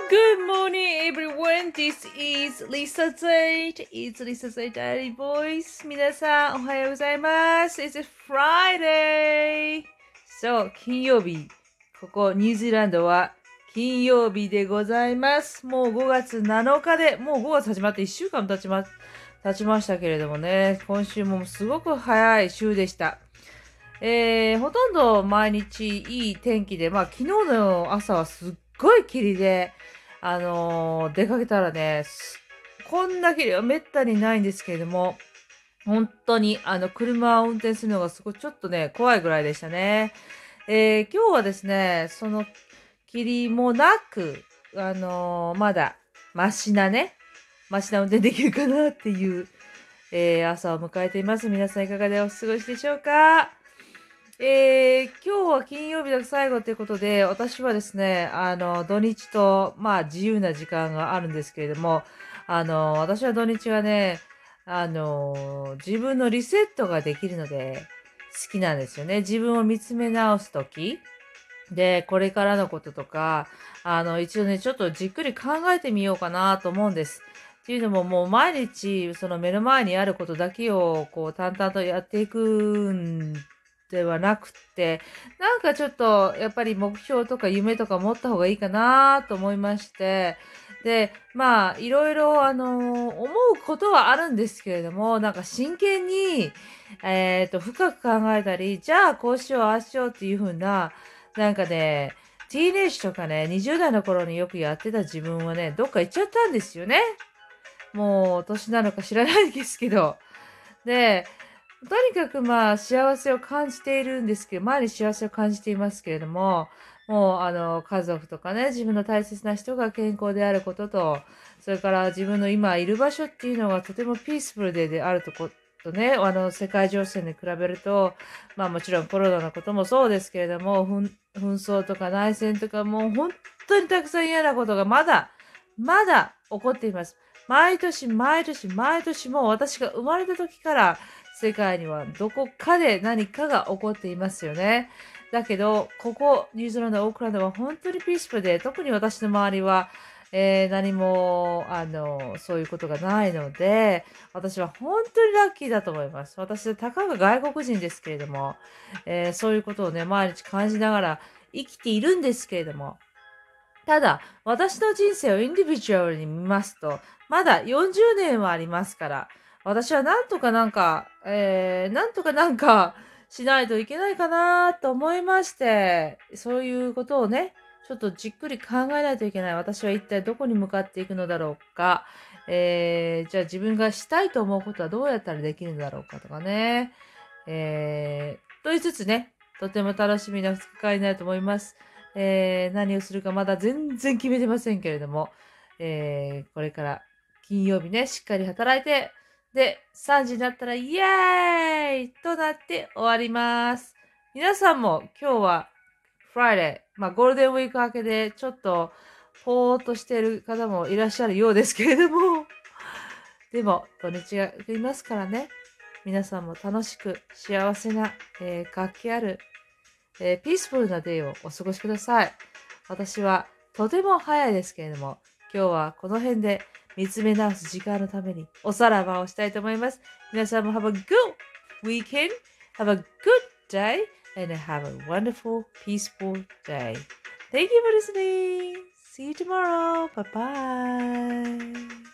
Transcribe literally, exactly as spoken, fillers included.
Good morning, everyone. This is Lisa Zate. It's Lisa Zate Daily Voice. 皆さん、おはようございます。It's Friday. そう、金曜日。ここ、ニュージーランドは金曜日でございます。もうごがつなのかで、もうごがつ始まっていっしゅうかん経ちま、経ちましたけれどもね、今週もすごく早い週でした。えー、ほとんど毎日いい天気で、まあ昨日の朝はすっごい霧で、あのー出かけたらね、こんな霧はめったにないんですけれども、本当にあの車を運転するのがすごいちょっとね、怖いぐらいでしたね。えー、今日はですね、その霧もなく、あのーまだマシなね、マシな運転できるかなっていう、えー、朝を迎えています。皆さんいかがでお過ごしでしょうか？えー、今日は金曜日の最後ということで、私はですね、あの、土日と、まあ、自由な時間があるんですけれども、あの、私は土日はね、あの、自分のリセットができるので、好きなんですよね。自分を見つめ直すとき。で、これからのこととか、あの、一度ね、ちょっとじっくり考えてみようかなと思うんです。っていうのも、もう毎日、その目の前にあることだけを、こう、淡々とやっていくんではなくて、なんかちょっと、やっぱり目標とか夢とか持った方がいいかなと思いまして、で、まあ、いろいろ、あの、思うことはあるんですけれども、なんか真剣に、えっと、深く考えたり、じゃあこうしよう、ああしようっていう風な、なんかね、ティーネージとかね、にじゅう代の頃によくやってた自分はね、どっか行っちゃったんですよね。もう、年なのか知らないですけど。で、とにかくまあ、幸せを感じているんですけど、毎日幸せを感じていますけれども、もう、あの、家族とかね、自分の大切な人が健康であることと、それから自分の今いる場所っていうのがとてもピースフルでであるとことね、あの、世界情勢に比べると、まあもちろんコロナのこともそうですけれども、紛紛争とか内戦とかもう本当にたくさん嫌なことがまだ、まだ起こっています。毎年毎年毎年もう私が生まれた時から世界にはどこかで何かが起こっていますよね。だけど、ここ、ニュージーランド、オークランドは本当にピースフルで、特に私の周りは、えー何も、あの、そういうことがないので、私は本当にラッキーだと思います。私、たかが外国人ですけれども、えーそういうことをね、毎日感じながら生きているんですけれども、ただ、私の人生をインディビジュアルに見ますと、まだよんじゅうねんはありますから、私はなんとかなんか、えー、なんとかなんかしないといけないかなと思いまして、そういうことをね、ちょっとじっくり考えないといけない。私は一体どこに向かっていくのだろうか。えー、じゃあ自分がしたいと思うことはどうやったらできるんだろうかとかね。えー、と言いつつね、とても楽しみなふつかかんになると思います。えー、何をするかまだ全然決めてませんけれども、えー、これから金曜日ね、しっかり働いて、で、さんじになったらイエーイとなって終わります。皆さんも今日は Friday、まあゴールデンウィーク明けでちょっとぽーっとしている方もいらっしゃるようですけれども、でも土日がいますからね、皆さんも楽しく幸せな、えー活気あるえーピースフルなデイをお過ごしください。私はとても早いですけれども、今日はこの辺で見つめ直す時間のためにおさらばをしたいと思います。皆さんも have a good weekend, have a good day, and have a wonderful, peaceful day. Thank you for listening. See you tomorrow. Bye bye.